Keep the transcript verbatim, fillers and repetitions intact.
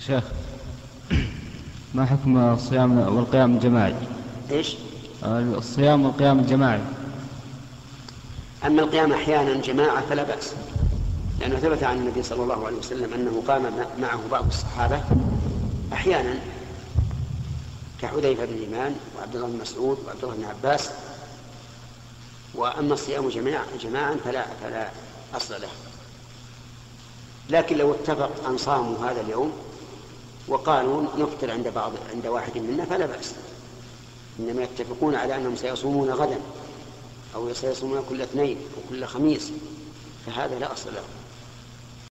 شيخ، ما حكم الصيام والقيام الجماعي؟ إيش؟ الصيام والقيام الجماعي. أما القيام أحيانا جماعة فلا بأس، لأنه ثبت عن النبي صلى الله عليه وسلم أنه قام معه بعض الصحابة أحيانا كحذيفة بن اليمان وعبد الله بن مسعود وعبد الله بن عباس. وأما الصيام جماعا فلا, فلا أصل له. لكن لو اتفق أن صاموا هذا اليوم وقالوا نفطر عند بعض عند واحد منا فلا بأس، إنما يتفقون على أنهم سيصومون غدا أو سيصومون كل اثنين وكل خميس، فهذا لا أصل له.